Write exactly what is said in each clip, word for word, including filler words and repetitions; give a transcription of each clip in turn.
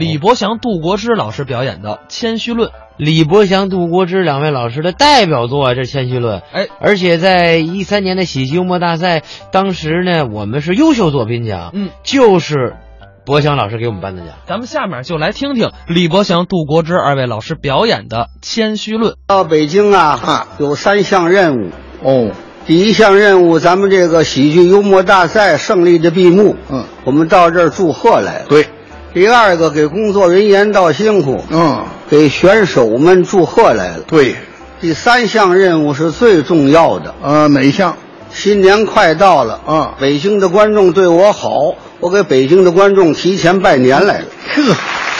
李伯祥、杜国之老师表演的《谦虚论》。 李伯祥、杜国之两位老师的代表作啊，这《谦虚论》。 哎， 而且在一三年的喜剧幽默大赛，当时呢，我们是优秀作品奖， 嗯， 就是伯祥老师给我们颁的奖。 咱们下面就来听听李伯祥、杜国之二位老师表演的《谦虚论》。 到北京啊，啊有三项任务哦。 第一项任务，咱们这个喜剧幽默大赛胜利的闭幕， 嗯， 我们到这儿祝贺来了。 对。 第二个，给工作人员道辛苦， 嗯， 给选手们祝贺来了。 对。 第三项任务是最重要的， 呃，哪一项？ 新年快到了， 嗯， 北京的观众对我好，我给北京的观众提前拜年来了。 呵。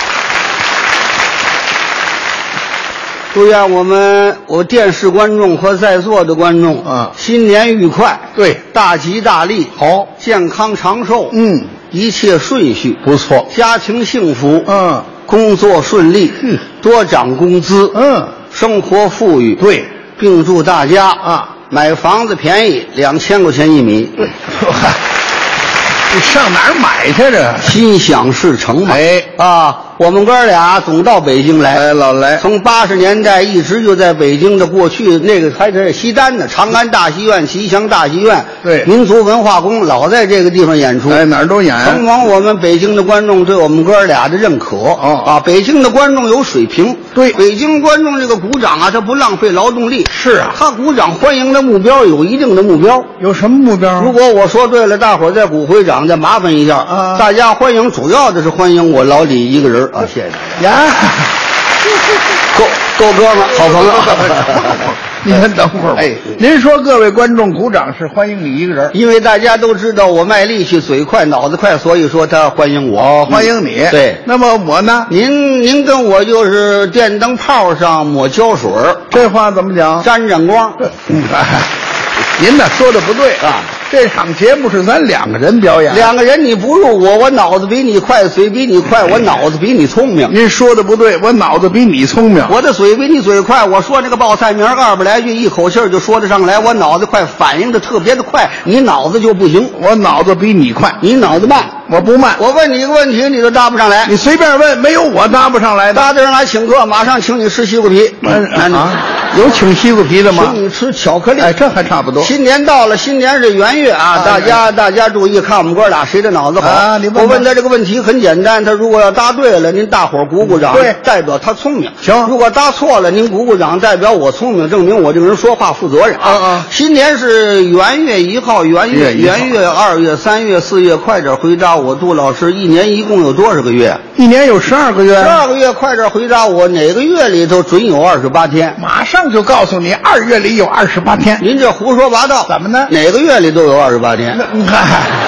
祝愿我们我电视观众和在座的观众啊， 新年愉快， 对， 大吉大利， 好， 健康长寿， 嗯， 一切顺序， 不错， 家庭幸福， 嗯， 工作顺利， 嗯， 多涨工资， 嗯， 生活富裕， 对， 并祝大家啊， 买房子便宜，两千块钱一米。 对，你上哪儿买去这？ 心想事成嘛。 哎啊，我们哥俩总到北京来， 哎，老来， 从八十年代一直就在北京的过去那个还在西单呢，长安大戏院、吉祥大戏院， 对， 民族文化宫老在这个地方演出， 哎，哪儿都演。 承蒙我们北京的观众对我们哥俩的认可， 哦啊，北京的观众有水平， 对， 北京观众这个鼓掌啊，他不浪费劳动力， 是啊， 他鼓掌欢迎的目标有一定的目标， 有什么目标？ 如果我说对了，大伙儿再鼓回掌，再麻烦一下。 啊， 大家欢迎，主要的是欢迎我老李一个人啊！谢谢大家。 呀， 够够哥们，好朋友。 您先等会儿。哎，您说各位观众鼓掌是欢迎你一个人， 因为大家都知道我卖力气、嘴快、脑子快，所以说他欢迎我。 哦，欢迎你。 嗯、对， 那么我呢？ 您您跟我就是电灯泡上抹胶水， 这话怎么讲？ 沾沾光。 嗯，您呢说的不对啊。 这场节目是咱两个人表演， 两个人你不入我，我脑子比你快，嘴比你快，我脑子比你聪明。 您说的不对，我脑子比你聪明。 我的嘴比你嘴快，我说那个报菜名二百来句，一口气儿就说得上来。我脑子快，反应的特别的快，你脑子就不行。 我脑子比你快， 你脑子慢， 我不慢。 我问你一个问题，你都答不上来。 你随便问，没有我答不上来的。 答对上来请客，马上请你吃西瓜皮。 嗯啊，有请西瓜皮的吗？ 请你吃巧克力。 哎，这还差不多。 新年到了，新年是元月啊， 啊大家。大家注意看我们哥俩谁的脑子好啊！你问我问他这个问题很简单，他如果要答对了，您大伙儿鼓鼓掌， 对， 代表他聪明。 行， 如果答错了，您鼓鼓掌，代表我聪明，证明我这个人说话负责任啊啊！ 新年是元月一号，元月元月二月三月四月，快点回答我，杜老师，一年一共有多少个月？ 一年有十二个月。 十二个月，快点回答我，哪个月里头准有二十八天？ 马上就告诉你，二月里有二十八天。 您这胡说八道！ 怎么呢？ 哪个月里都有二十八天？ 你看。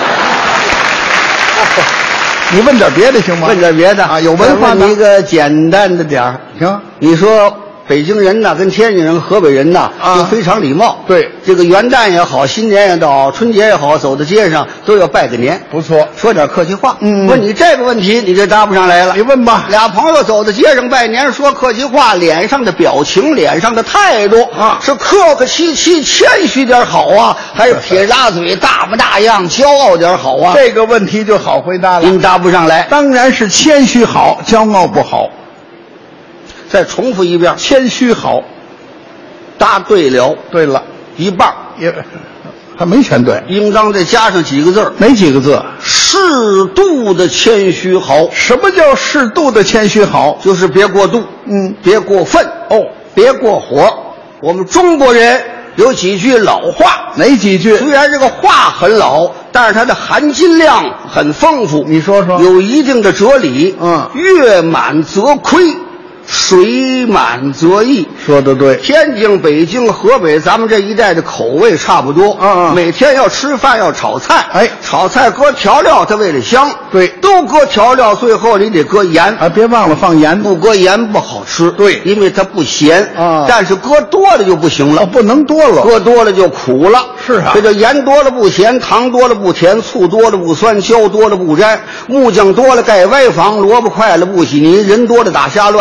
你问点别的行吗？ 问点别的啊，有文化的。 问你一个简单的点儿， 行。 你说北京人呐，跟天津人、河北人呐， 啊， 就非常礼貌。 对， 这个元旦也好，新年也好，春节也好，走到街上都要拜个年。 不错， 说点客气话。 嗯， 问你这个问题，你这答不上来了。 你问吧。 俩朋友走到街上拜年，说客气话，脸上的表情、脸上的态度啊， 是客客气气、谦虚点好啊，还是撇大嘴、大不大样、骄傲点好啊？ 这个问题就好回答了。 您答不上来， 当然是谦虚好，骄傲不好。 再重复一遍， 谦虚好。 答对了， 对了， 一半也还没全对， 应当再加上几个字。 哪几个字？ 适度的谦虚好。 什么叫适度的谦虚好？ 就是别过度， 嗯， 别过分， 哦， 别过火。我们中国人有几句老话， 哪几句？ 虽然这个话很老，但是它的含金量很丰富。 你说说， 有一定的哲理。 嗯， 月满则亏，水满则溢。 说得对。 天津、北京、河北，咱们这一带的口味差不多。 嗯嗯。 每天要吃饭要炒菜， 哎， 炒菜搁调料，它为了香。 对， 都搁调料，最后你得搁盐啊，别忘了放盐。 不搁盐不好吃。 对， 因为它不咸啊。 但是搁多了就不行了， 哦，不能多了， 搁多了就苦了。 是啊， 这叫盐多了不咸，糖多了不甜，醋多了不酸，椒多了不沾，木匠多了盖歪房，萝卜快了不洗泥，人多了打瞎乱，鸡多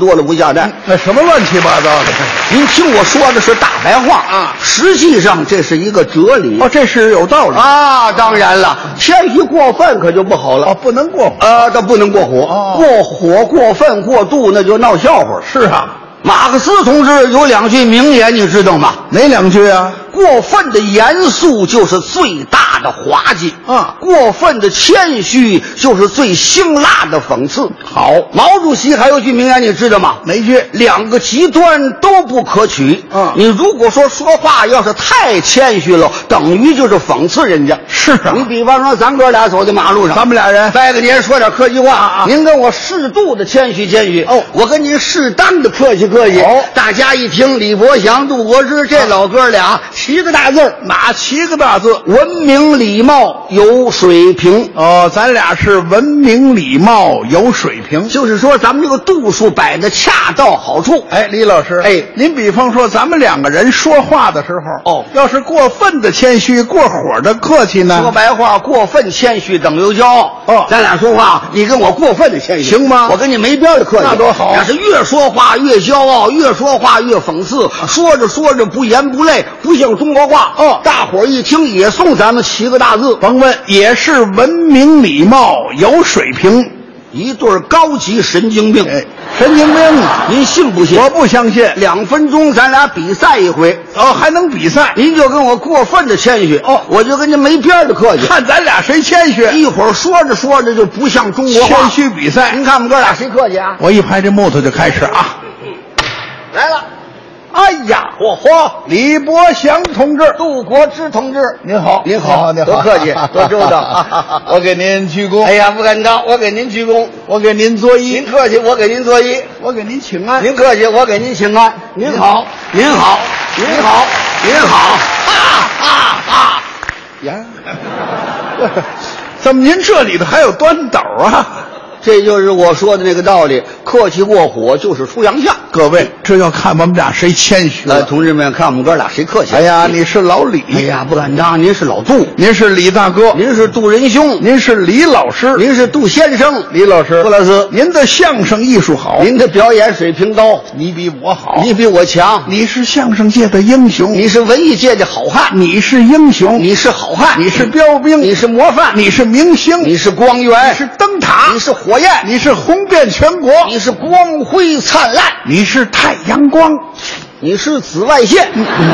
多了不下蛋。 那什么乱七八糟的？ 您听我说的是大白话啊， 实际上这是一个哲理。 哦，这是有道理啊。当然了，谦虚过分可就不好了。 哦，不能过火。 呃，这不能过火， 哦、 过火、过分、过度，那就闹笑话。 是啊， 马克思同志有两句名言，你知道吗？ 哪两句啊？ 过分的严肃就是最大的滑稽啊， 过分的谦虚就是最辛辣的讽刺。 好， 毛主席还有句名言，你知道吗？ 哪句？ 两个极端都不可取。 嗯， 你如果说说话要是太谦虚了，等于就是讽刺人家。 是啊， 你比方说咱哥俩走在马路上， 咱们俩人拜个年说点客气话啊， 您跟我适度的谦虚谦虚， 哦， 我跟您适当的客气客气。 哦， 大家一听李伯祥、杜国之这老哥俩七个大字儿。 哪七个大字？ 文明礼貌有水平。 哦，咱俩是文明礼貌有水平， 就是说咱们这个度数摆的恰到好处。 哎，李老师， 哎， 您比方说咱们两个人说话的时候， 哦， 要是过分的谦虚，过火的客气呢？ 说白话，过分谦虚等于骄傲。 哦， 咱俩说话，你跟我过分的谦虚行吗？ 我跟你没边的客气， 那多好。 要是越说话越骄傲，越说话越讽刺，说着说着不言不累，不像中国话。 哦， 大伙儿一听也送咱们七个大字， 甭问，也是文明礼貌有水平， 一对高级神经病。 哎，神经病啊！ 您信不信？ 我不相信。 两分钟咱俩比赛一回， 哦，还能比赛？ 您就跟我过分的谦虚， 哦， 我就跟您没边的客气。 看咱俩谁谦虚。 一会儿说着说着就不像中国话。 谦虚比赛， 您看我们哥俩谁客气啊？ 我一拍这木头就开始啊， 来了。 哎呀，嚯嚯！李伯祥同志， 杜国之同志， 您好， 您好， 您好， 多客气，多周到。 我给您鞠躬。 哎呀，不敢当，我给您鞠躬。 我给您作揖。 您客气，我给您作揖。 我给您请安。 您客气，我给您请安。您好，您好，您好，您好。啊啊啊！ 呀，怎么您这里头还有端斗啊？ 这就是我说的那个道理，客气过火就是出洋相。 各位，这要看我们俩谁谦虚了。 呃，同志们，看我们哥俩谁客气。 哎呀，你是老李。 哎呀，不敢当，您是老杜， 您是李大哥， 您是杜仁兄， 您是李老师， 您是杜先生， 李老师， 杜老师， 您的相声艺术好， 您的表演水平高， 你比我好， 你比我强， 你是相声界的英雄， 你是文艺界的好汉， 你是英雄， 你是好汉， 你是标兵， 你是模范， 你是明星， 你是光源， 你是灯塔， 你是火焰， 你是红遍全国， 你是光辉灿烂， 你是太阳光， 你是紫外线，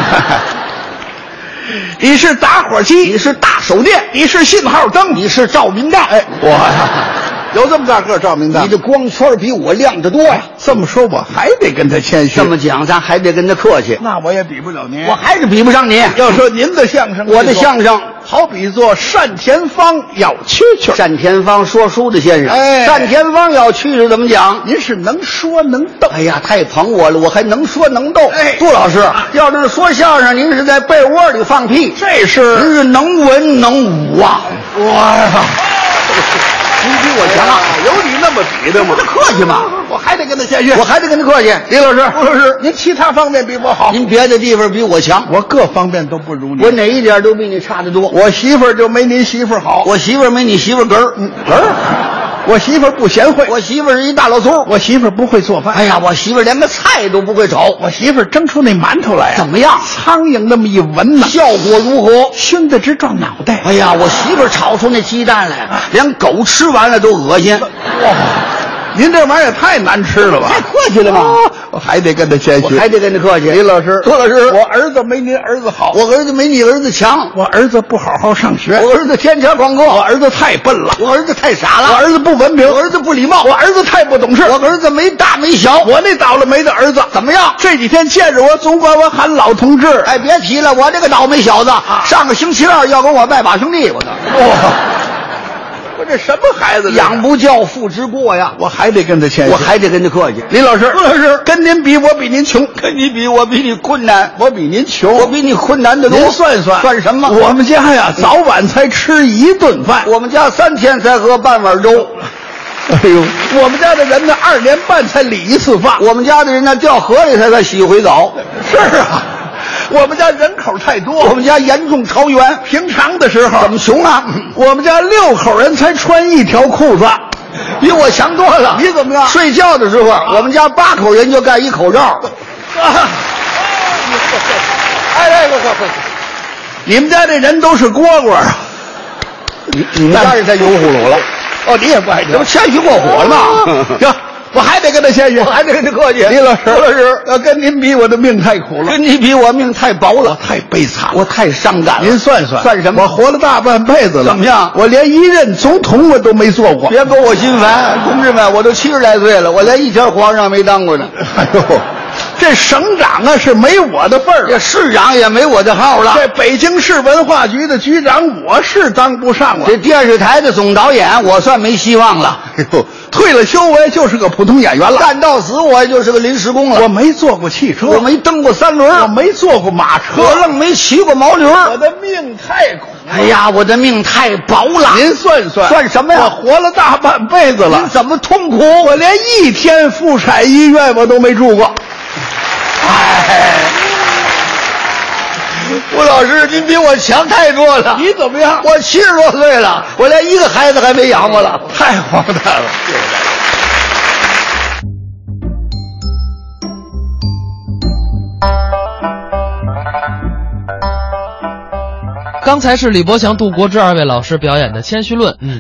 你是打火机， 你是大手电， 你是信号灯， 你是照明弹。 哎，我有这么大个照明弹， 你的光圈比我亮得多呀。 这么说，我还得跟他谦虚。 这么讲，咱还得跟他客气。 那我也比不了您， 我还是比不上你。 要说您的相声， 我的相声好比作单田芳要蛐蛐。 单田芳说书的先生， 哎， 单田芳要蛐蛐怎么讲？ 您是能说能逗。 哎呀，太捧我了，我还能说能逗。 哎， 杜老师，要是说相声，您是在被窝里放屁， 这是您是能文能武啊！ 哇呀！ 您比我强啊！ 有你那么比的吗？ 这客气嘛， 我还得跟他谦虚， 我还得跟他客气。 李老师，吴老师，您其他方面比我好， 您别的地方比我强， 我各方面都不如你。 我哪一点都比你差得多。 我媳妇儿就没您媳妇儿好， 我媳妇儿没你媳妇儿哏儿， 嗯，哏儿。我媳妇儿不贤惠， 我媳妇儿是一大老粗， 我媳妇儿不会做饭。 哎呀，我媳妇儿连个菜都不会炒。 我媳妇儿蒸出那馒头来啊， 怎么样？ 苍蝇那么一闻呢， 效果如何？ 熏得直撞脑袋。 哎呀，我媳妇儿炒出那鸡蛋来，连狗吃完了都恶心。 哇，您这玩意儿也太难吃了吧？ 太客气了吧？ 我还得跟他谦虚， 我还得跟他客气。 李老师， 杜老师， 我儿子没您儿子好， 我儿子没你儿子强， 我儿子不好好上学， 我儿子天天旷课， 我儿子太笨了， 我儿子太傻了， 我儿子不文明， 我儿子不礼貌， 我儿子太不懂事， 我儿子没大没小。 我那倒了霉的儿子怎么样？ 这几天见着我总管我喊老同志。 哎，别提了，我这个倒霉小子，啊、上个星期二要跟我拜把兄弟，我操！ 哇，我这什么孩子？ 养不教，父之过呀！ 我还得跟他谦虚， 我还得跟他客气。 李老师，陆老师，跟您比，我比您穷； 跟你比，我比你困难； 我比您穷， 我比你困难的多。 您算算， 算什么？ 我们家呀，早晚才吃一顿饭， 我们家三天才喝半碗粥。 哎呦，我们家的人呢，二年半才理一次发； 我们家的人呢，掉河里才才洗一回澡。 是啊。我们家人口太多， 我们家严重超员。 平常的时候怎么穷啊？ 我们家六口人才穿一条裤子。 比我强多了。 你怎么样？ 睡觉的时候，我们家八口人就盖一口罩。 哎哎，快快快！你们家这人都是蝈蝈啊！ 你你们家人才油葫芦了。 哦，你也不爱听， 这不谦虚过火了吗？ 行，我还得跟他谦虚， 我还得跟他客气。 李老师， 李老师， 要跟您比，我的命太苦了， 跟你比，我命太薄了， 太悲惨了， 我太伤感了。 您算算， 算什么？ 我活了大半辈子了， 怎么样？ 我连一任总统我都没做过。 别勾我心烦，同志们，我都七十来岁了，我连一天皇上没当过呢。 哎呦，这省长啊是没我的份儿， 这市长也没我的号了。 这北京市文化局的局长我是当不上了。 这电视台的总导演我算没希望了。 哎呦，退了休我也就是个普通演员了， 干到死我也就是个临时工了。 我没坐过汽车， 我没蹬过三轮， 我没坐过马车， 我愣没骑过毛驴。 我的命太苦了。 哎呀，我的命太薄了。 您算算， 算什么呀？ 我活了大半辈子了， 您怎么痛苦？ 我连一天妇产医院我都没住过。 哎，吴老师，您比我强太多了。 你怎么样？ 我七十多岁了，我连一个孩子还没养活了， 太荒诞了。 刚才是李伯祥、杜国之二位老师表演的《谦虚论》。嗯。